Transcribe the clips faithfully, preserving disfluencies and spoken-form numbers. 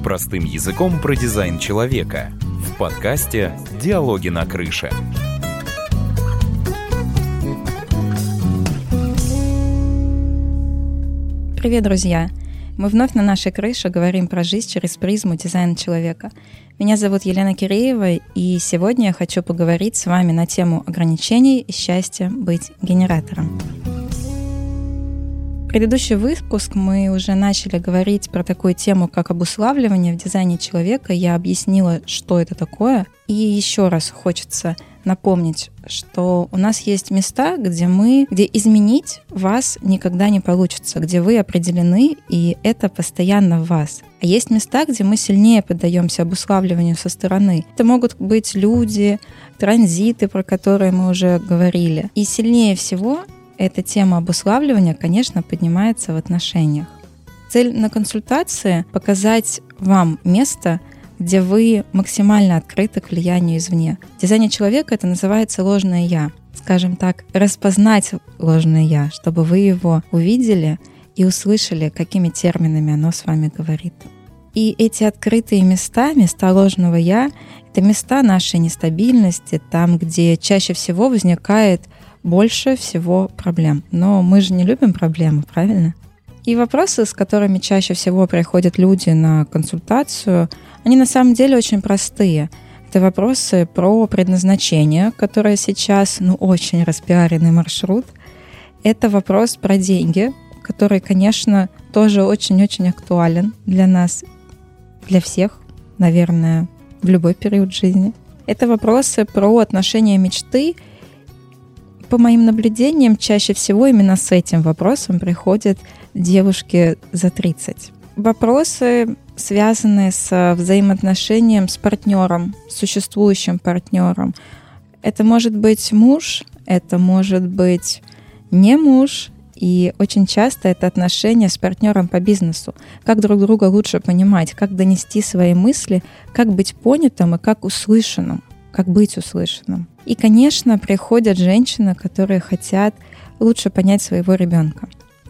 Простым языком про дизайн человека в подкасте «Диалоги на крыше». Привет, друзья! Мы вновь на нашей крыше говорим про жизнь через призму дизайна человека. Меня зовут Елена Киреева, и сегодня я хочу поговорить с вами на тему ограничений и счастья быть генератором. В предыдущий выпуск мы уже начали говорить про такую тему, как обуславливание в дизайне человека. Я объяснила, что это такое. И еще раз хочется напомнить, что у нас есть места, где мы, где изменить вас никогда не получится, где вы определены, и это постоянно в вас. А есть места, где мы сильнее поддаемся обуславливанию со стороны. Это могут быть люди, транзиты, про которые мы уже говорили. И сильнее всего эта тема обуславливания, конечно, поднимается в отношениях. Цель на консультации — показать вам место, где вы максимально открыты к влиянию извне. В дизайне человека это называется ложное «я». Скажем так, распознать ложное «я», чтобы вы его увидели и услышали, какими терминами оно с вами говорит. И эти открытые места, места ложного «я», это места нашей нестабильности, там, где чаще всего возникает больше всего проблем. Но мы же не любим проблемы, правильно? И вопросы, с которыми чаще всего приходят люди на консультацию, они на самом деле очень простые. Это вопросы про предназначение, которое сейчас, ну, очень распиаренный маршрут. Это вопрос про деньги, который, конечно, тоже очень-очень актуален для нас, для всех, наверное, в любой период жизни. Это вопросы про отношения мечты. По моим наблюдениям, чаще всего именно с этим вопросом приходят девушки за тридцать. Вопросы, связанные с взаимоотношением с партнером, с существующим партнером. Это может быть муж, это может быть не муж, и очень часто это отношения с партнером по бизнесу. Как друг друга лучше понимать, как донести свои мысли, как быть понятым и как услышанным, как быть услышанным. И, конечно, приходят женщины, которые хотят лучше понять своего ребенка.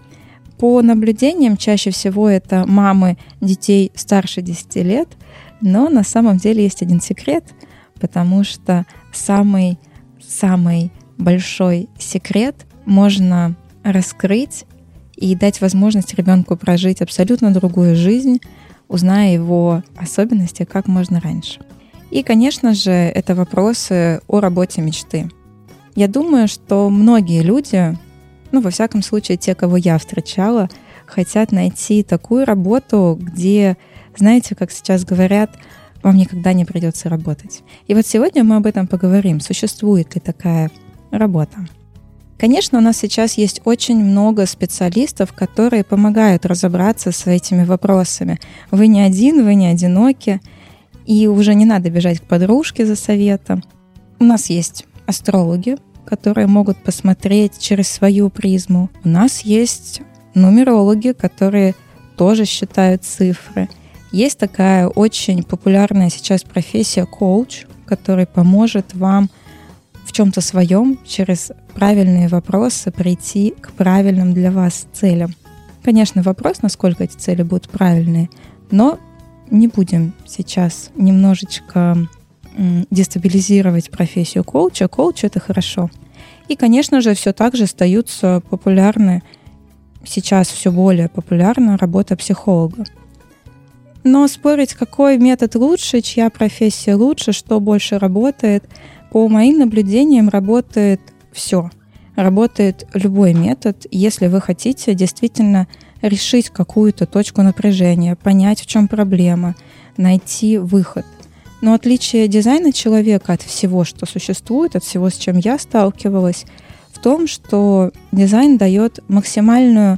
По наблюдениям, чаще всего это мамы детей старше десяти лет, но на самом деле есть один секрет, потому что самый, самый большой секрет можно раскрыть и дать возможность ребенку прожить абсолютно другую жизнь, узная его особенности как можно раньше. И, конечно же, это вопросы о работе мечты. Я думаю, что многие люди, ну, во всяком случае, те, кого я встречала, хотят найти такую работу, где, знаете, как сейчас говорят, вам никогда не придется работать. И вот сегодня мы об этом поговорим. Существует ли такая работа? Конечно, у нас сейчас есть очень много специалистов, которые помогают разобраться с этими вопросами. Вы не один, вы не одиноки. И уже не надо бежать к подружке за советом. У нас есть астрологи, которые могут посмотреть через свою призму. У нас есть нумерологи, которые тоже считают цифры. Есть такая очень популярная сейчас профессия коуч, который поможет вам в чем-то своем через правильные вопросы прийти к правильным для вас целям. Конечно, вопрос, насколько эти цели будут правильные, но не будем сейчас немножечко м, дестабилизировать профессию коуча. Коуч — это хорошо. И, конечно же, все так же остаются популярны, сейчас все более популярна работа психолога. Но спорить, какой метод лучше, чья профессия лучше, что больше работает, по моим наблюдениям работает все. Работает любой метод, если вы хотите действительно решить какую-то точку напряжения, понять, в чем проблема, найти выход. Но отличие дизайна человека от всего, что существует, от всего, с чем я сталкивалась, в том, что дизайн дает максимальную,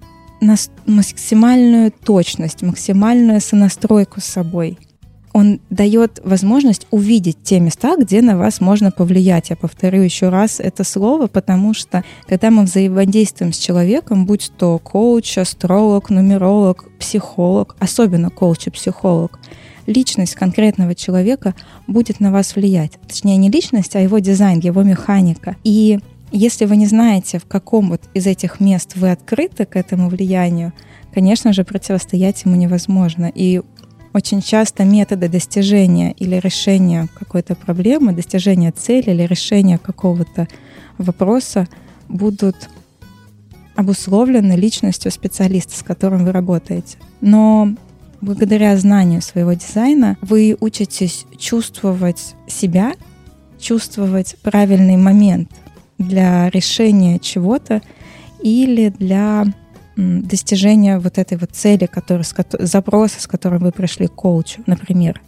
максимальную точность, максимальную сонастройку с собой. Он дает возможность увидеть те места, где на вас можно повлиять. Я повторю еще раз это слово, потому что когда мы взаимодействуем с человеком, будь то коуч, астролог, нумеролог, психолог, особенно коуч и психолог, личность конкретного человека будет на вас влиять. Точнее, не личность, а его дизайн, его механика. И если вы не знаете, в каком вот из этих мест вы открыты к этому влиянию, конечно же, противостоять ему невозможно. И очень часто методы достижения или решения какой-то проблемы, достижения цели или решения какого-то вопроса будут обусловлены личностью специалиста, с которым вы работаете. Но благодаря знанию своего дизайна вы учитесь чувствовать себя, чувствовать правильный момент для решения чего-то или для достижения вот этой вот цели, который, запроса, с которым вы пришли к коучу, например.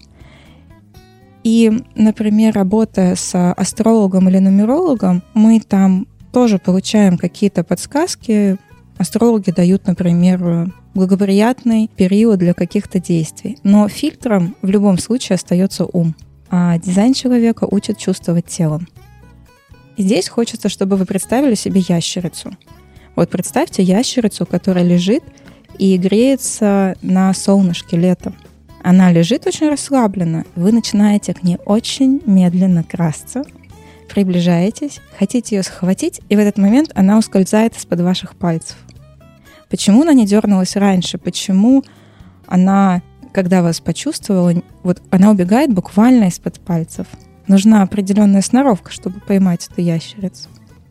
И, например, работая с астрологом или нумерологом, мы там тоже получаем какие-то подсказки. Астрологи дают, например, благоприятный период для каких-то действий. Но фильтром в любом случае остается ум. А дизайн человека учит чувствовать телом. И здесь хочется, чтобы вы представили себе ящерицу. Вот представьте ящерицу, которая лежит и греется на солнышке летом. Она лежит очень расслабленно. Вы начинаете к ней очень медленно красться, приближаетесь, хотите ее схватить, и в этот момент она ускользает из-под ваших пальцев. Почему она не дернулась раньше? Почему она, когда вас почувствовала, вот она убегает буквально из-под пальцев? Нужна определенная сноровка, чтобы поймать эту ящерицу.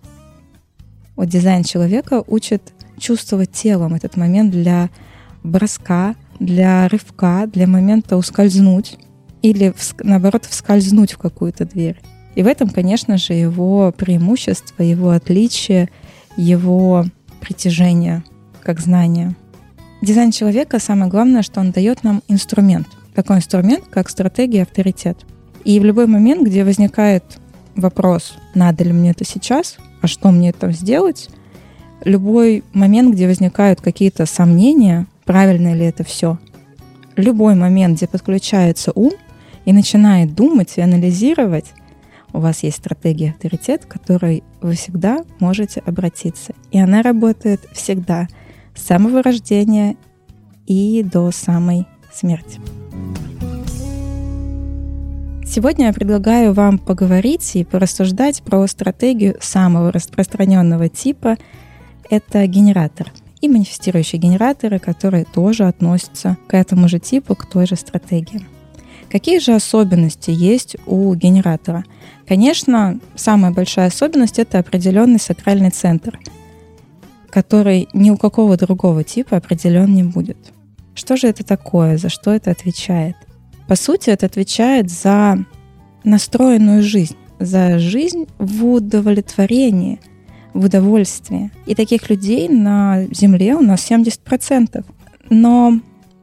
Вот дизайн человека учит чувствовать телом этот момент для броска, для рывка, для момента ускользнуть или, наоборот, вскользнуть в какую-то дверь. И в этом, конечно же, его преимущество, его отличие, его притяжение как знание. Дизайн человека, самое главное, что он дает нам инструмент. Такой инструмент, как стратегия, авторитет. И в любой момент, где возникает вопрос, надо ли мне это сейчас, а что мне там сделать, любой момент, где возникают какие-то сомнения, правильно ли это все, любой момент, где подключается ум и начинает думать и анализировать, у вас есть стратегия авторитет, к которой вы всегда можете обратиться. И она работает всегда, с самого рождения и до самой смерти. Сегодня я предлагаю вам поговорить и порассуждать про стратегию самого распространенного типа. Это генератор и манифестирующие генераторы, которые тоже относятся к этому же типу, к той же стратегии. Какие же особенности есть у генератора? Конечно, самая большая особенность — это определенный сакральный центр, который ни у какого другого типа определен не будет. Что же это такое? За что это отвечает? По сути, это отвечает за настроенную жизнь, за жизнь в удовлетворении, в удовольствии. И таких людей на Земле у нас семьдесят процентов. Но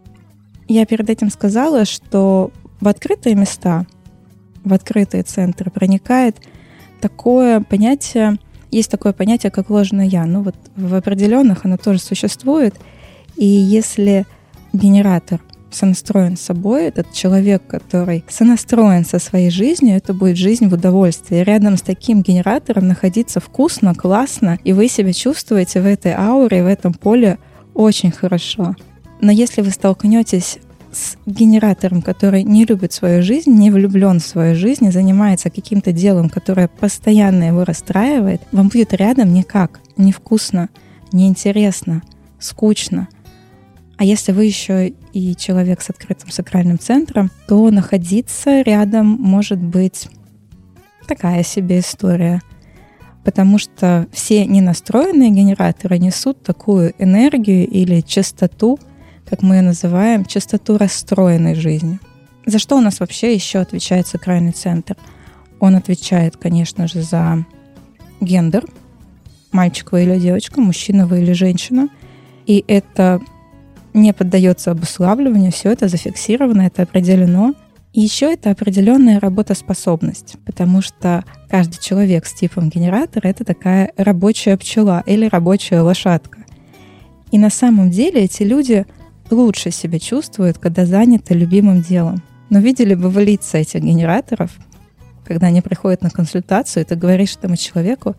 я перед этим сказала, что в открытые места, в открытые центры проникает такое понятие, есть такое понятие, как ложное «я». Ну вот в определенных оно тоже существует. И если генератор сонастроен с собой, этот человек, который сонастроен со своей жизнью, это будет жизнь в удовольствии. Рядом с таким генератором находиться вкусно, классно, и вы себя чувствуете в этой ауре, в этом поле очень хорошо. Но если вы столкнетесь с генератором, который не любит свою жизнь, не влюблен в свою жизнь и занимается каким-то делом, которое постоянно его расстраивает, вам будет рядом никак, невкусно, неинтересно, скучно. А если вы еще и человек с открытым сакральным центром, то находиться рядом может быть такая себе история. Потому что все ненастроенные генераторы несут такую энергию или частоту, как мы ее называем, частоту расстроенной жизни. За что у нас вообще еще отвечает сакральный центр? Он отвечает, конечно же, за гендер, мальчик вы или девочка, мужчина вы или женщина. И это не поддается обуславливанию, все это зафиксировано, это определено. И еще это определенная работоспособность, потому что каждый человек с типом генератора — это такая рабочая пчела или рабочая лошадка. И на самом деле эти люди лучше себя чувствуют, когда заняты любимым делом. Но видели бы вы лица этих генераторов, когда они приходят на консультацию, и ты говоришь этому человеку: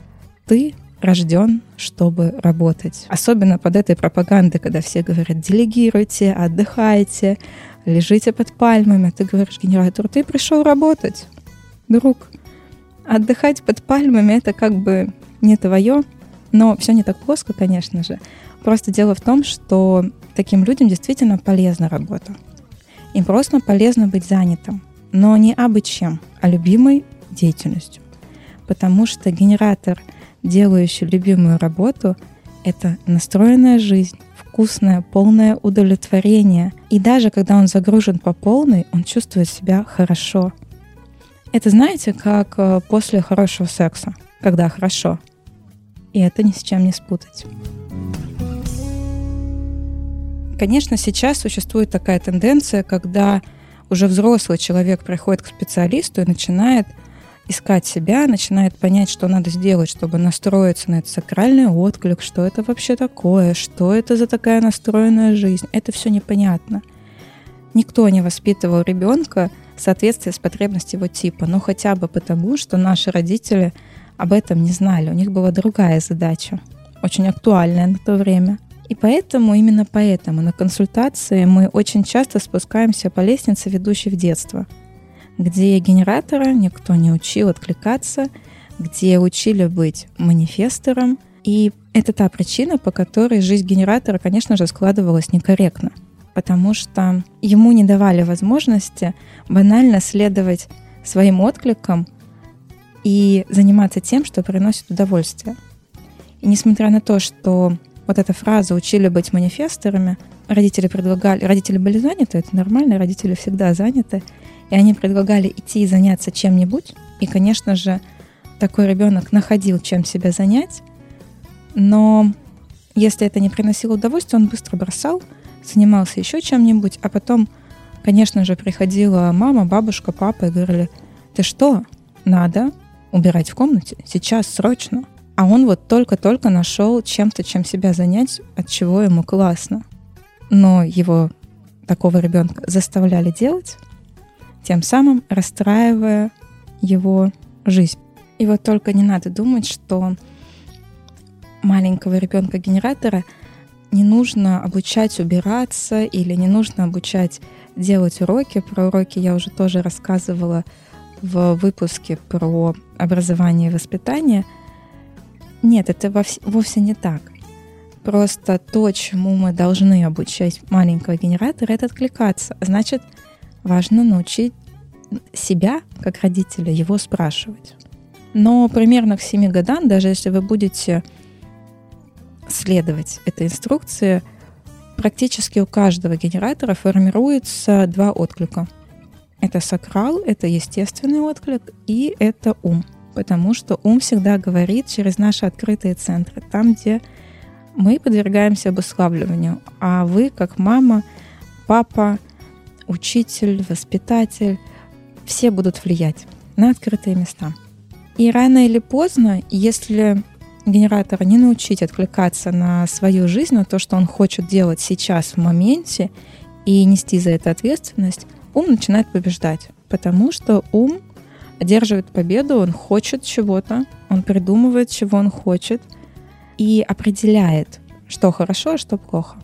ты рожден, чтобы работать. Особенно под этой пропагандой, когда все говорят: делегируйте, отдыхайте, лежите под пальмами. Ты говоришь генератору: ты пришел работать, друг. Отдыхать под пальмами — это как бы не твое. Но все не так плоско, конечно же. Просто дело в том, что таким людям действительно полезна работа. Им просто полезно быть занятым, но не абы чем, а любимой деятельностью. Потому что генератор, делающий любимую работу, это настроенная жизнь, вкусное, полное удовлетворение. И даже когда он загружен по полной, он чувствует себя хорошо. Это, знаете, как после хорошего секса, когда хорошо. И это ни с чем не спутать. Конечно, сейчас существует такая тенденция, когда уже взрослый человек приходит к специалисту и начинает искать себя, начинает понять, что надо сделать, чтобы настроиться на этот сакральный отклик, что это вообще такое, что это за такая настроенная жизнь. Это все непонятно. Никто не воспитывал ребенка в соответствии с потребностью его типа, но хотя бы потому, что наши родители об этом не знали. У них была другая задача, очень актуальная на то время. И поэтому, именно поэтому на консультации мы очень часто спускаемся по лестнице, ведущей в детство, где генератора никто не учил откликаться, где учили быть манифестором. И это та причина, по которой жизнь генератора, конечно же, складывалась некорректно, потому что ему не давали возможности банально следовать своим откликам и заниматься тем, что приносит удовольствие. И несмотря на то, что вот эта фраза «учили быть манифесторами», родители предлагали, родители были заняты, это нормально, родители всегда заняты, и они предлагали идти и заняться чем-нибудь. И, конечно же, такой ребенок находил, чем себя занять, но если это не приносило удовольствия, он быстро бросал, занимался еще чем-нибудь, а потом, конечно же, приходила мама, бабушка, папа и говорили: «Ты что? Надо убирать в комнате, сейчас, срочно». А он вот только-только нашел чем-то, чем себя занять, от чего ему классно. Но его, такого ребенка, заставляли делать, тем самым расстраивая его жизнь. И вот только не надо думать, что маленького ребенка-генератора не нужно обучать убираться или не нужно обучать делать уроки. Про уроки я уже тоже рассказывала в выпуске про образование и воспитание. Нет, это вовсе не так. Просто то, чему мы должны обучать маленького генератора, это откликаться. Значит, важно научить себя, как родителя, его спрашивать. Но примерно к семи годам, даже если вы будете следовать этой инструкции, практически у каждого генератора формируется два отклика. Это сакрал, это естественный отклик, и это ум. Потому что ум всегда говорит через наши открытые центры, там, где мы подвергаемся обуславливанию, а вы, как мама, папа, учитель, воспитатель, все будут влиять на открытые места. И рано или поздно, если генератора не научить откликаться на свою жизнь, на то, что он хочет делать сейчас, в моменте, и нести за это ответственность, ум начинает побеждать, потому что ум одерживает победу, он хочет чего-то, он придумывает, чего он хочет, и определяет, что хорошо, а что плохо.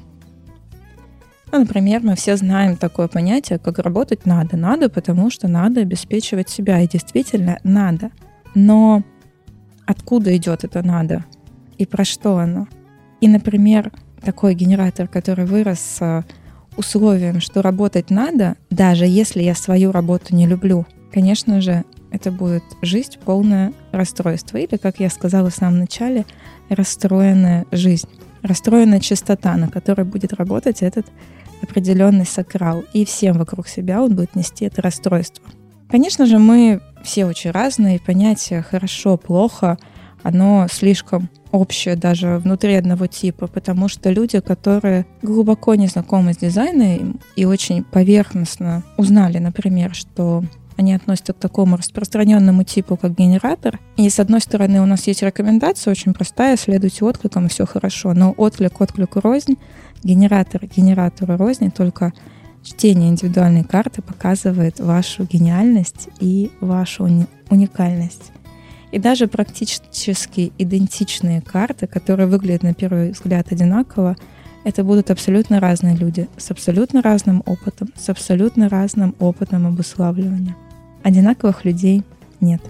Ну, например, мы все знаем такое понятие, как работать надо. Надо, потому что надо обеспечивать себя, и действительно надо. Но откуда идет это надо? И про что оно? И, например, такой генератор, который вырос с условием, что работать надо, даже если я свою работу не люблю, конечно же, это будет жизнь полное расстройство. Или, как я сказала в самом начале, расстроенная жизнь. Расстроенная частота, на которой будет работать этот определенный сакрал. И всем вокруг себя он будет нести это расстройство. Конечно же, мы все очень разные. Понятие «хорошо», «плохо», оно слишком общее даже внутри одного типа, потому что люди, которые глубоко не знакомы с дизайном и очень поверхностно узнали, например, что они относятся к такому распространенному типу, как генератор. И с одной стороны, у нас есть рекомендация очень простая: следуйте откликам, и все хорошо. Но отклик отклику рознь, генератор генератору рознь, только чтение индивидуальной карты показывает вашу гениальность и вашу уни- уникальность. И даже практически идентичные карты, которые выглядят на первый взгляд одинаково, это будут абсолютно разные люди с абсолютно разным опытом, с абсолютно разным опытом обуславливания. Одинаковых людей нет.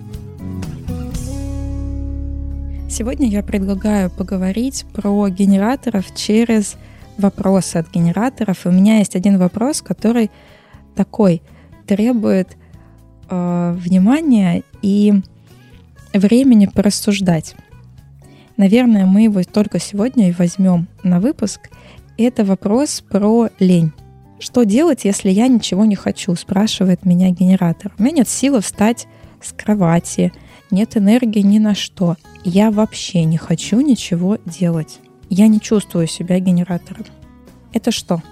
Сегодня я предлагаю поговорить про генераторов через вопросы от генераторов. И у меня есть один вопрос, который такой, требует э, внимания и времени порассуждать. Наверное, мы его только сегодня и возьмем на выпуск. Это вопрос про лень. Что делать, если я ничего не хочу, спрашивает меня генератор. У меня нет силы встать с кровати, нет энергии ни на что. Я вообще не хочу ничего делать. Я не чувствую себя генератором. Это что?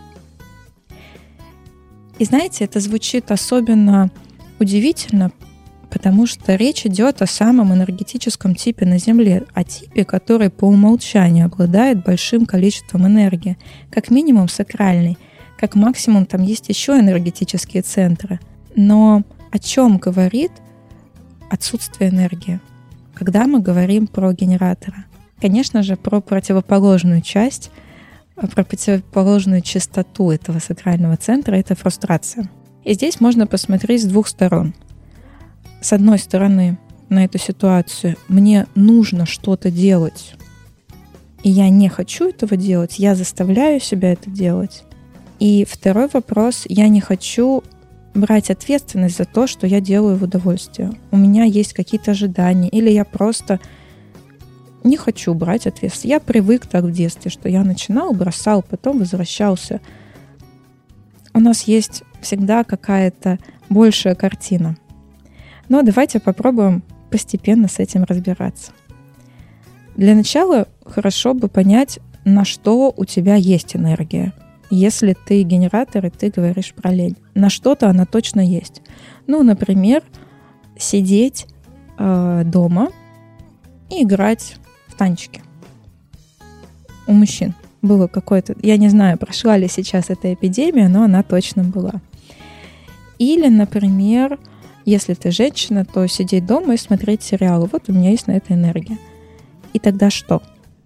И знаете, это звучит особенно удивительно, потому что речь идет о самом энергетическом типе на Земле, о типе, который по умолчанию обладает большим количеством энергии, как минимум сакральный, как максимум там есть еще энергетические центры. Но о чем говорит отсутствие энергии, когда мы говорим про генератора? Конечно же, про противоположную часть, про противоположную частоту этого сакрального центра — это фрустрация. И здесь можно посмотреть с двух сторон. С одной стороны, на эту ситуацию мне нужно что-то делать, и я не хочу этого делать, я заставляю себя это делать. И второй вопрос, я не хочу брать ответственность за то, что я делаю в удовольствие. У меня есть какие-то ожидания, или я просто не хочу брать ответственность. Я привык так в детстве, что я начинал, бросал, потом возвращался. У нас есть всегда какая-то большая картина. Но давайте попробуем постепенно с этим разбираться. Для начала хорошо бы понять, на что у тебя есть энергия. Если ты генератор, и ты говоришь про лень. На что-то она точно есть. Ну, например, сидеть э, дома и играть в танчики. У мужчин было какое-то... Я не знаю, прошла ли сейчас эта эпидемия, но она точно была. Или, например, если ты женщина, то сидеть дома и смотреть сериалы. Вот у меня есть на это энергия. И тогда что?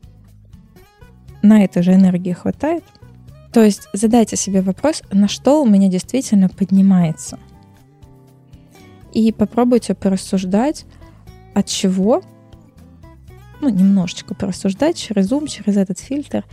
На это же энергии хватает? То есть задайте себе вопрос, на что у меня действительно поднимается. И попробуйте порассуждать, от чего, ну, немножечко порассуждать через ум, через этот фильтр,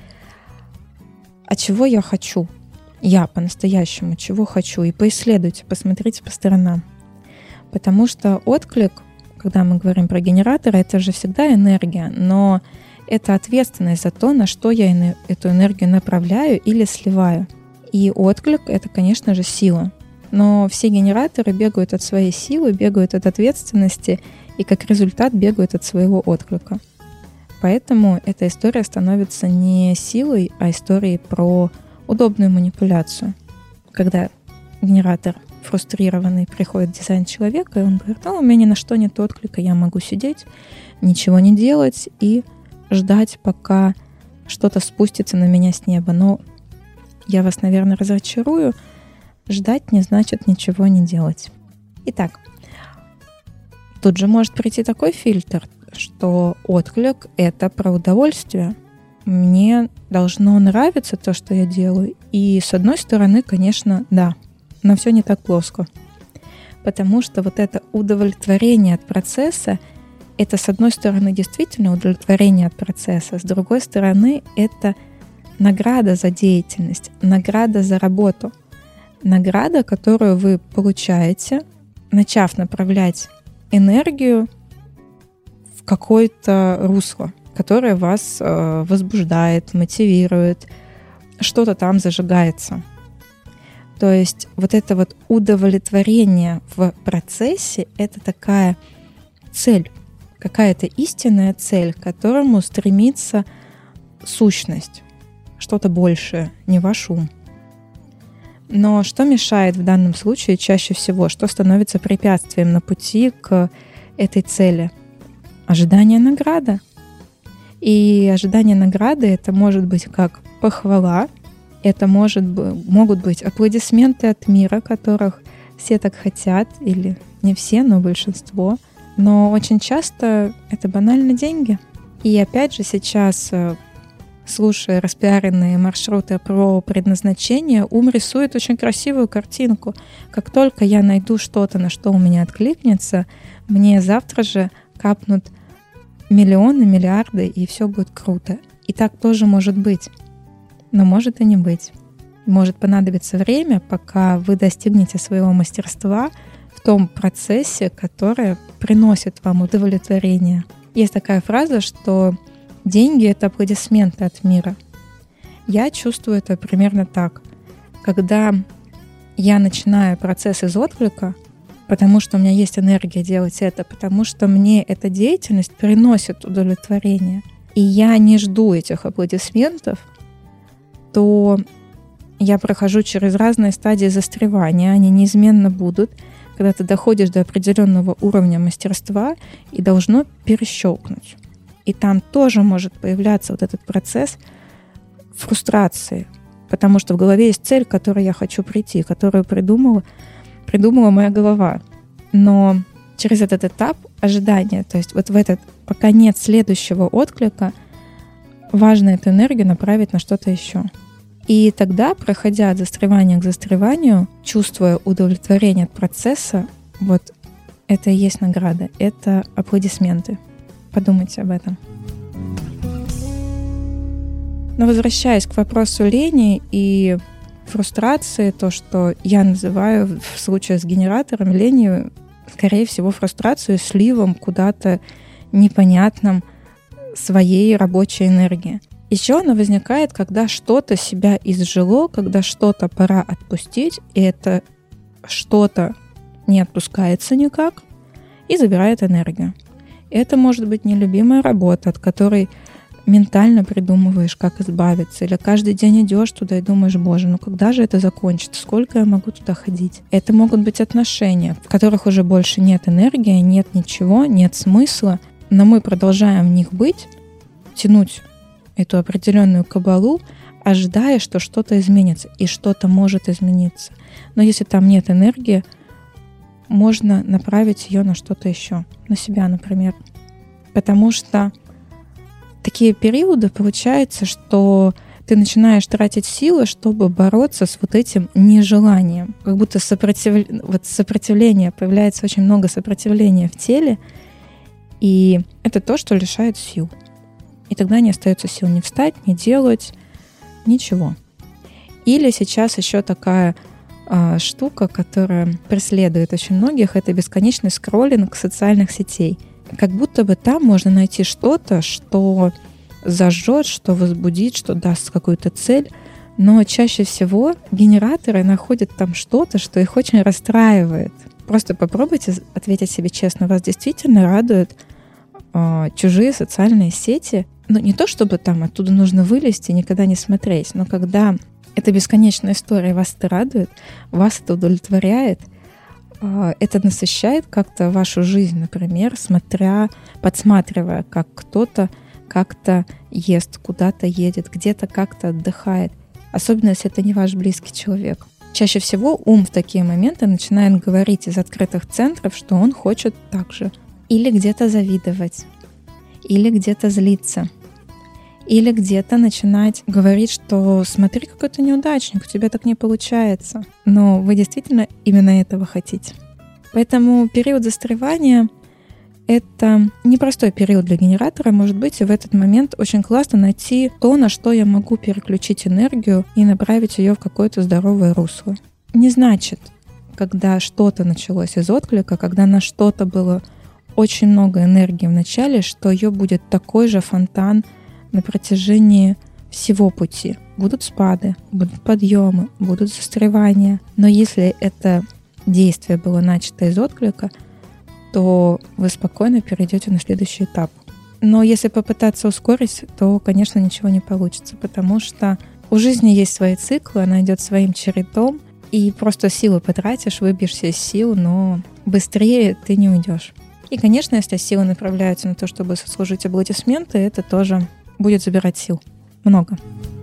от чего я хочу. Я по-настоящему чего хочу. И поисследуйте, посмотрите по сторонам. Потому что отклик, когда мы говорим про генератора, это же всегда энергия, но это ответственность за то, на что я эту энергию направляю или сливаю. И отклик — это, конечно же, сила. Но все генераторы бегают от своей силы, бегают от ответственности и как результат бегают от своего отклика. Поэтому эта история становится не силой, а историей про удобную манипуляцию. Когда генератор фрустрированный приходит в дизайн человека, и он говорит: ну, у меня ни на что нет отклика, я могу сидеть, ничего не делать и ждать, пока что-то спустится на меня с неба. Но я вас, наверное, разочарую. Ждать не значит ничего не делать. Итак, тут же может прийти такой фильтр, что отклик — это про удовольствие. Мне должно нравиться то, что я делаю. И с одной стороны, конечно, да, но все не так плоско. Потому что вот это удовлетворение от процесса — это, с одной стороны, действительно удовлетворение от процесса, с другой стороны, это награда за деятельность, награда за работу. Награда, которую вы получаете, начав направлять энергию в какое-то русло, которое вас э, возбуждает, мотивирует, что-то там зажигается. То есть вот это вот удовлетворение в процессе — это такая цель, какая-то истинная цель, к которому стремится сущность, что-то большее, не ваш ум. Но что мешает в данном случае чаще всего? Что становится препятствием на пути к этой цели? Ожидание награды. И ожидание награды — это может быть как похвала, это может быть, могут быть аплодисменты от мира, которых все так хотят, или не все, но большинство. Но очень часто это банально деньги. И опять же сейчас, слушая распиаренные маршруты про предназначение, ум рисует очень красивую картинку. Как только я найду что-то, на что у меня откликнется, мне завтра же капнут миллионы, миллиарды, и все будет круто. И так тоже может быть. Но может и не быть. Может понадобиться время, пока вы достигнете своего мастерства в том процессе, который приносит вам удовлетворение. Есть такая фраза, что деньги — это аплодисменты от мира. Я чувствую это примерно так. Когда я начинаю процесс из отклика, потому что у меня есть энергия делать это, потому что мне эта деятельность приносит удовлетворение, и я не жду этих аплодисментов, то я прохожу через разные стадии застревания, они неизменно будут, когда ты доходишь до определенного уровня мастерства и должно перещелкнуть. И там тоже может появляться вот этот процесс фрустрации, потому что в голове есть цель, к которой я хочу прийти, которую придумала, придумала моя голова. Но через этот этап ожидания, то есть вот в этот, пока нет следующего отклика, важно эту энергию направить на что-то еще. И тогда, проходя от застревания к застреванию, чувствуя удовлетворение от процесса, вот это и есть награда, это аплодисменты. Подумайте об этом. Но возвращаясь к вопросу лени и фрустрации, то, что я называю в случае с генератором ленью, скорее всего, фрустрацию сливом куда-то непонятным своей рабочей энергии. Еще она возникает, когда что-то себя изжило, когда что-то пора отпустить, и это что-то не отпускается никак и забирает энергию. Это может быть нелюбимая работа, от которой ментально придумываешь, как избавиться, или каждый день идешь туда и думаешь: боже, ну когда же это закончится, сколько я могу туда ходить. Это могут быть отношения, в которых уже больше нет энергии, нет ничего, нет смысла, но мы продолжаем в них быть, тянуть эту определенную кабалу, ожидая, что что-то изменится, и что-то может измениться. Но если там нет энергии, можно направить ее на что-то еще, на себя, например. Потому что такие периоды получается, что ты начинаешь тратить силы, чтобы бороться с вот этим нежеланием. Как будто сопротив... вот сопротивление, появляется очень много сопротивления в теле, и это то, что лишает сил. И тогда не остается сил ни встать, ни делать, ничего. Или сейчас еще такая а, штука, которая преследует очень многих, это бесконечный скроллинг социальных сетей. Как будто бы там можно найти что-то, что зажжет, что возбудит, что даст какую-то цель, но чаще всего генераторы находят там что-то, что их очень расстраивает. Просто попробуйте ответить себе честно, вас действительно радуют э, чужие социальные сети. Ну, не то, чтобы там оттуда нужно вылезти и никогда не смотреть, но когда эта бесконечная история вас это радует, вас это удовлетворяет, э, это насыщает как-то вашу жизнь, например, смотря, подсматривая, как кто-то как-то ест, куда-то едет, где-то как-то отдыхает. Особенно, если это не ваш близкий человек. Чаще всего ум в такие моменты начинает говорить из открытых центров, что он хочет так же. Или где-то завидовать, или где-то злиться, или где-то начинать говорить, что смотри, какой ты неудачник, у тебя так не получается. Но вы действительно именно этого хотите. Поэтому период застревания — это непростой период для генератора, может быть, и в этот момент очень классно найти то, на что я могу переключить энергию и направить ее в какое-то здоровое русло. Не значит, когда что-то началось из отклика, когда на что-то было очень много энергии в начале, что ее будет такой же фонтан на протяжении всего пути. Будут спады, будут подъемы, будут застревания. Но если это действие было начато из отклика, то вы спокойно перейдете на следующий этап. Но если попытаться ускорить, то, конечно, ничего не получится, потому что у жизни есть свои циклы, она идет своим чередом, и просто силы потратишь, выбьешься из сил, но быстрее ты не уйдешь. И, конечно, если силы направляются на то, чтобы сослужить аплодисменты, это тоже будет забирать сил. Много.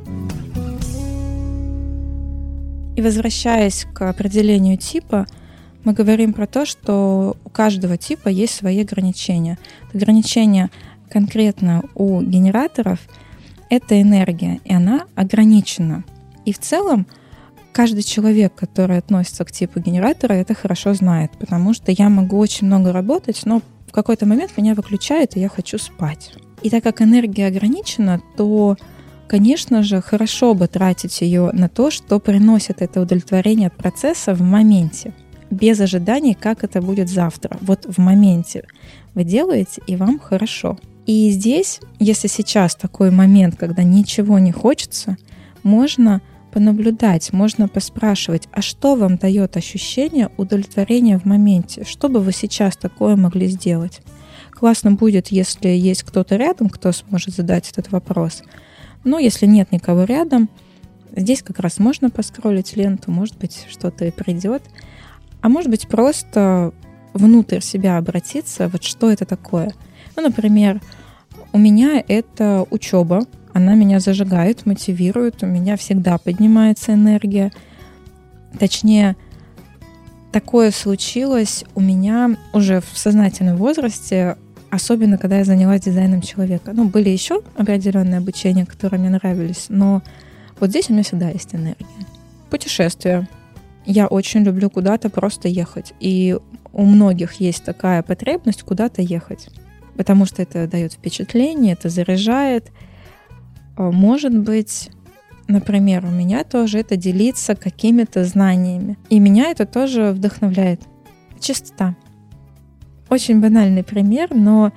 И возвращаясь к определению типа, мы говорим про то, что у каждого типа есть свои ограничения. Ограничения конкретно у генераторов — это энергия, и она ограничена. И в целом каждый человек, который относится к типу генератора, это хорошо знает, потому что я могу очень много работать, но в какой-то момент меня выключает, и я хочу спать. И так как энергия ограничена, то конечно же, хорошо бы тратить ее на то, что приносит это удовлетворение от процесса в моменте, без ожиданий, как это будет завтра. Вот в моменте вы делаете, и вам хорошо. И здесь, если сейчас такой момент, когда ничего не хочется, можно понаблюдать, можно поспрашивать, а что вам дает ощущение удовлетворения в моменте? Что бы вы сейчас такое могли сделать? Классно будет, если есть кто-то рядом, кто сможет задать этот вопрос. Но если нет никого рядом, здесь как раз можно поскроллить ленту, может быть, что-то и придет. А может быть, просто внутрь себя обратиться, вот что это такое. Ну, например, у меня это учеба, она меня зажигает, мотивирует, у меня всегда поднимается энергия. Точнее, такое случилось у меня уже в сознательном возрасте, особенно когда я занялась дизайном человека. Ну, были еще определенные обучения, которые мне нравились, но вот здесь у меня всегда есть энергия. Путешествия. Я очень люблю куда-то просто ехать. И у многих есть такая потребность куда-то ехать, потому что это дает впечатление, это заряжает. Может быть, например, у меня тоже это делиться какими-то знаниями. И меня это тоже вдохновляет. Чистота. Очень банальный пример, но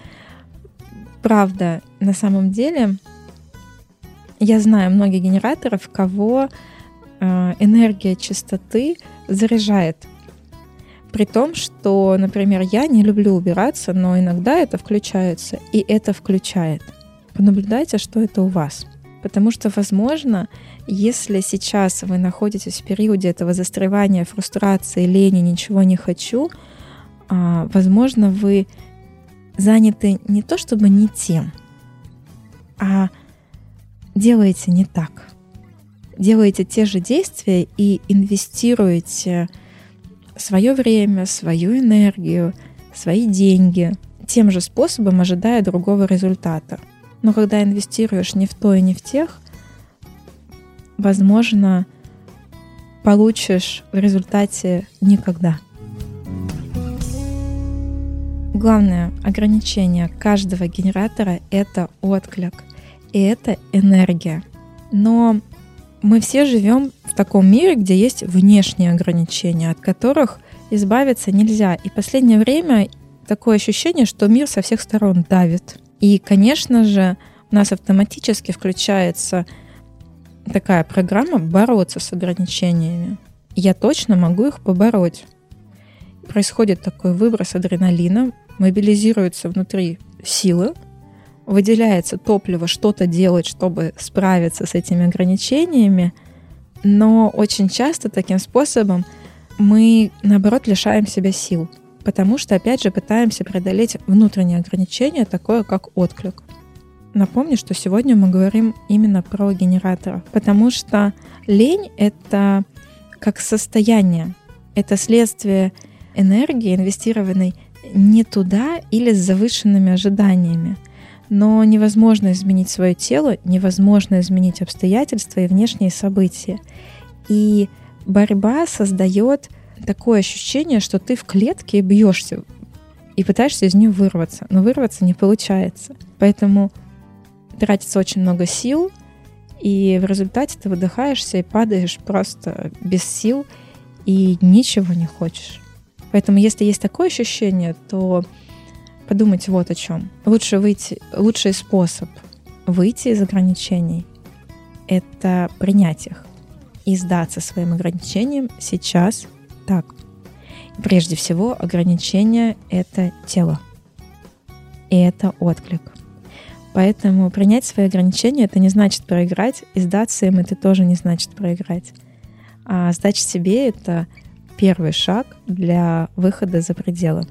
правда, на самом деле, я знаю многих генераторов, кого э, энергия чистоты заряжает. При том, что, например, я не люблю убираться, но иногда это включается, и это включает. Понаблюдайте, что это у вас. Потому что, возможно, если сейчас вы находитесь в периоде этого застревания, фрустрации, лени, ничего не хочу, возможно, вы заняты не то чтобы не тем, а делаете не так. Делаете те же действия и инвестируете свое время, свою энергию, свои деньги тем же способом, ожидая другого результата. Но когда инвестируешь не в то и не в тех, возможно, получишь в результате никогда. Главное ограничение каждого генератора — это отклик, и это энергия. Но мы все живем в таком мире, где есть внешние ограничения, от которых избавиться нельзя. И в последнее время такое ощущение, что мир со всех сторон давит. И, конечно же, у нас автоматически включается такая программа бороться с ограничениями. Я точно могу их побороть. Происходит такой выброс адреналина, мобилизируются внутри силы, выделяется топливо что-то делать, чтобы справиться с этими ограничениями, но очень часто таким способом мы, наоборот, лишаем себя сил, потому что, опять же, пытаемся преодолеть внутреннее ограничение, такое как отклик. Напомню, что сегодня мы говорим именно про генераторов, потому что лень — это как состояние, это следствие энергии, инвестированной не туда или с завышенными ожиданиями. Но невозможно изменить свое тело, невозможно изменить обстоятельства и внешние события. И борьба создает такое ощущение, что ты в клетке и бьешься и пытаешься из нее вырваться, но вырваться не получается. Поэтому тратится очень много сил, и в результате ты выдыхаешься и падаешь просто без сил и ничего не хочешь. Поэтому если есть такое ощущение, то подумайте вот о чем. Лучше выйти, лучший способ выйти из ограничений — это принять их и сдаться своим ограничениям сейчас так. И прежде всего, ограничение — это тело, и это отклик. Поэтому принять свои ограничения — это не значит проиграть, и сдаться им — это тоже не значит проиграть. А сдача себе — это первый шаг для выхода за пределы.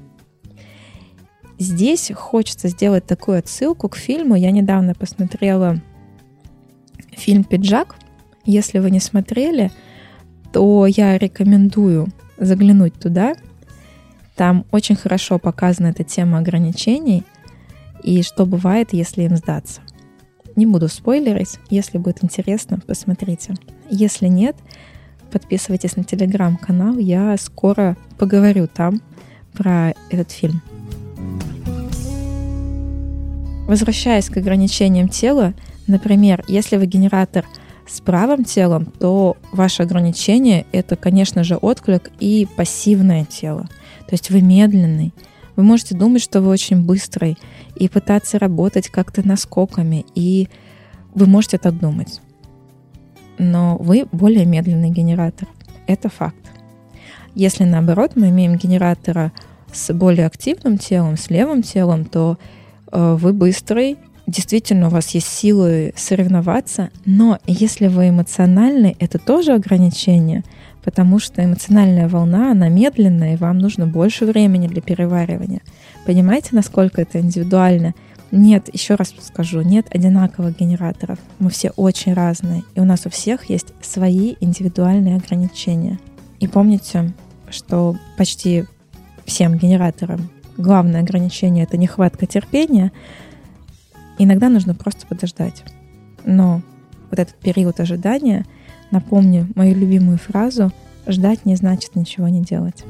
Здесь хочется сделать такую отсылку к фильму. Я недавно посмотрела фильм «Пиджак». Если вы не смотрели, то я рекомендую заглянуть туда. Там очень хорошо показана эта тема ограничений и что бывает, если им сдаться. Не буду спойлерить. Если будет интересно, посмотрите. Если нет, подписывайтесь на телеграм-канал. Я скоро поговорю там про этот фильм. Возвращаясь к ограничениям тела, Например, если вы генератор с правым телом, то ваше ограничение — это, конечно же, отклик и пассивное тело. То есть вы медленный. Вы можете думать, что вы очень быстрый, и пытаться работать как-то наскоками, и вы можете так думать. Но вы более медленный генератор. Это факт. Если, наоборот, мы имеем генератора с более активным телом, с левым телом, то э, вы быстрый, действительно у вас есть силы соревноваться, но если вы эмоциональный, это тоже ограничение, потому что эмоциональная волна, она медленная, и вам нужно больше времени для переваривания. Понимаете, насколько это индивидуально? Нет, еще раз скажу, нет одинаковых генераторов. Мы все очень разные, и у нас у всех есть свои индивидуальные ограничения. И помните, что почти всем генераторам главное ограничение — это нехватка терпения. Иногда нужно просто подождать. Но вот этот период ожидания, напомню мою любимую фразу: «Ждать не значит ничего не делать».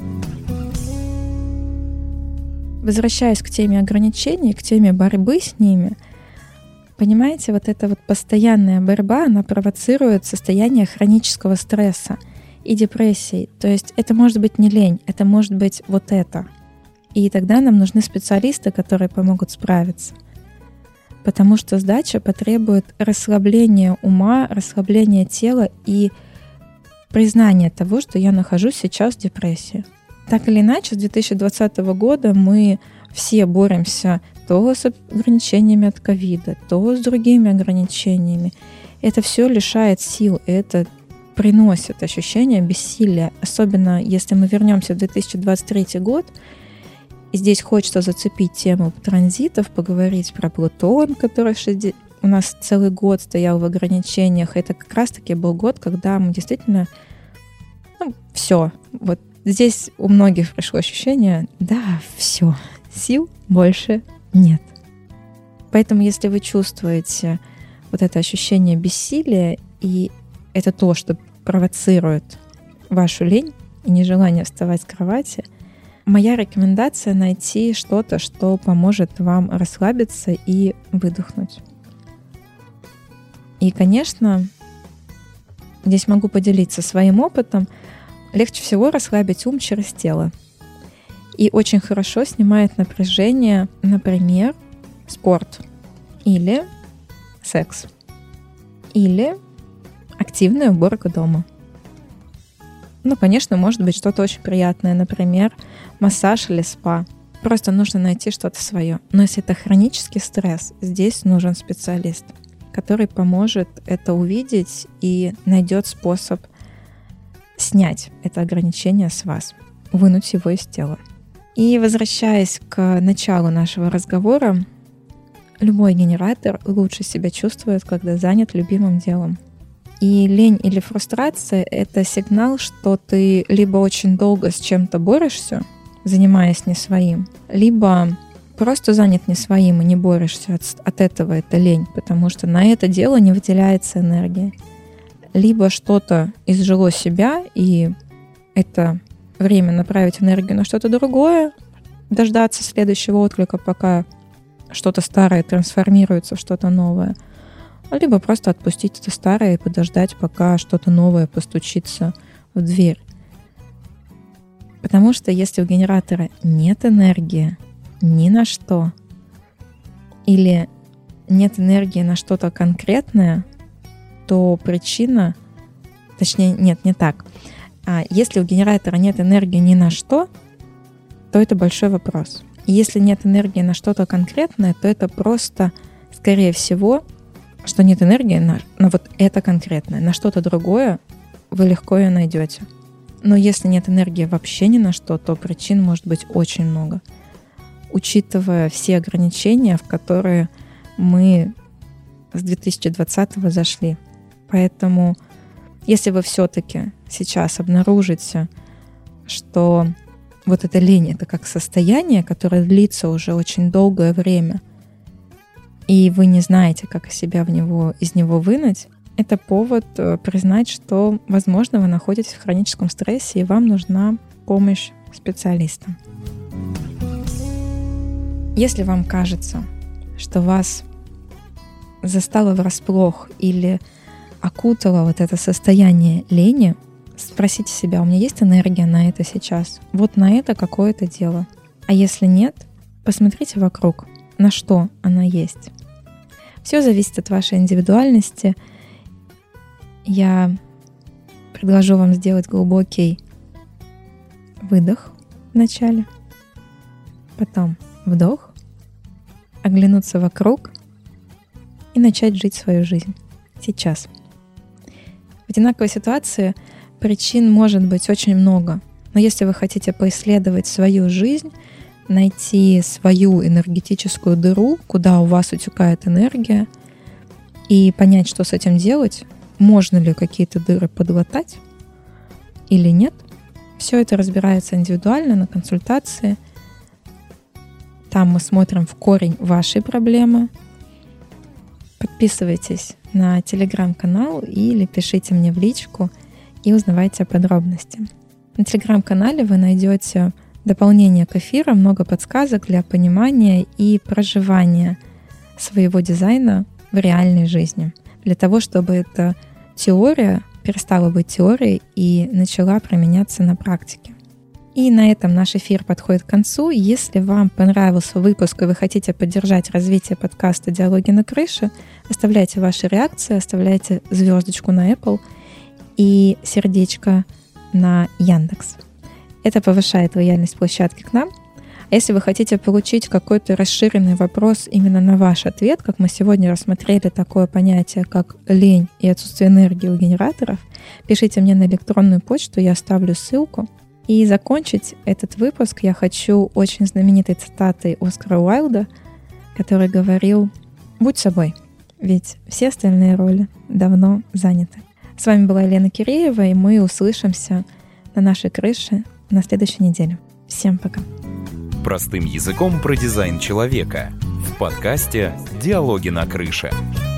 Возвращаясь к теме ограничений, к теме борьбы с ними, понимаете, вот эта вот постоянная борьба, она провоцирует состояние хронического стресса и депрессии. То есть это может быть не лень, это может быть вот это. И тогда нам нужны специалисты, которые помогут справиться. Потому что сдача потребует расслабления ума, расслабления тела и признания того, что я нахожусь сейчас в депрессии. Так или иначе, с две тысячи двадцатого года мы все боремся то с ограничениями от ковида, то с другими ограничениями. Это все лишает сил, это приносит ощущение бессилия. Особенно если мы вернемся в две тысячи двадцать третий год, и здесь хочется зацепить тему транзитов, поговорить про Плутон, который у нас целый год стоял в ограничениях. Это как раз-таки был год, когда мы действительно, ну, все, вот здесь у многих пришло ощущение, да, все, сил больше нет. Поэтому если вы чувствуете вот это ощущение бессилия, и это то, что провоцирует вашу лень и нежелание вставать с кровати, моя рекомендация — найти что-то, что поможет вам расслабиться и выдохнуть. И, конечно, здесь могу поделиться своим опытом. Легче всего расслабить ум через тело. И очень хорошо снимает напряжение, например, спорт или секс, или активная уборка дома. Ну, конечно, может быть что-то очень приятное, например, массаж или спа. Просто нужно найти что-то свое. Но если это хронический стресс, здесь нужен специалист, который поможет это увидеть и найдет способ снять это ограничение с вас, вынуть его из тела. И возвращаясь к началу нашего разговора, любой генератор лучше себя чувствует, когда занят любимым делом. И лень или фрустрация — это сигнал, что ты либо очень долго с чем-то борешься, занимаясь не своим, либо просто занят не своим и не борешься. От, от этого это лень, потому что на это дело не выделяется энергия. Либо что-то изжило себя, и это время направить энергию на что-то другое, дождаться следующего отклика, пока что-то старое трансформируется в что-то новое. Либо просто отпустить это старое и подождать, пока что-то новое постучится в дверь. Потому что если у генератора нет энергии ни на что, или нет энергии на что-то конкретное, то причина, точнее, нет, не так. А если у генератора нет энергии ни на что, то это большой вопрос. И если нет энергии на что-то конкретное, то это просто, скорее всего, что нет энергии на, на вот это конкретное. На что-то другое вы легко ее найдете. Но если нет энергии вообще ни на что, то причин может быть очень много. Учитывая все ограничения, в которые мы с две тысячи двадцатого зашли. Поэтому, если вы все-таки сейчас обнаружите, что вот эта лень — это как состояние, которое длится уже очень долгое время, и вы не знаете, как себя в него, из него вынуть, это повод признать, что, возможно, вы находитесь в хроническом стрессе, и вам нужна помощь специалиста. Если вам кажется, что вас застало врасплох или окутало вот это состояние лени, спросите себя, у меня есть энергия на это сейчас? Вот на это какое-то дело. А если нет, посмотрите вокруг, на что она есть. Все зависит от вашей индивидуальности. Я предложу вам сделать глубокий выдох вначале, потом вдох, оглянуться вокруг и начать жить свою жизнь сейчас. В одинаковой ситуации причин может быть очень много, но если вы хотите поисследовать свою жизнь, найти свою энергетическую дыру, куда у вас утекает энергия, и понять, что с этим делать, можно ли какие-то дыры подлатать или нет, все это разбирается индивидуально на консультации. Там мы смотрим в корень вашей проблемы. Подписывайтесь на телеграм-канал или пишите мне в личку и узнавайте подробности. На телеграм-канале вы найдете дополнение к эфиру, много подсказок для понимания и проживания своего дизайна в реальной жизни, для того, чтобы эта теория перестала быть теорией и начала применяться на практике. И на этом наш эфир подходит к концу. Если вам понравился выпуск и вы хотите поддержать развитие подкаста «Диалоги на крыше», оставляйте ваши реакции, оставляйте звездочку на Apple и сердечко на Яндекс. Это повышает лояльность площадки к нам. А если вы хотите получить какой-то расширенный вопрос именно на ваш ответ, как мы сегодня рассмотрели такое понятие, как лень и отсутствие энергии у генераторов, пишите мне на электронную почту, я оставлю ссылку. И закончить этот выпуск я хочу очень знаменитой цитатой Оскара Уайльда, который говорил: «Будь собой, ведь все остальные роли давно заняты». С вами была Елена Киреева, и мы услышимся на нашей крыше на следующей неделе. Всем пока. Простым языком про дизайн человека в подкасте «Диалоги на крыше».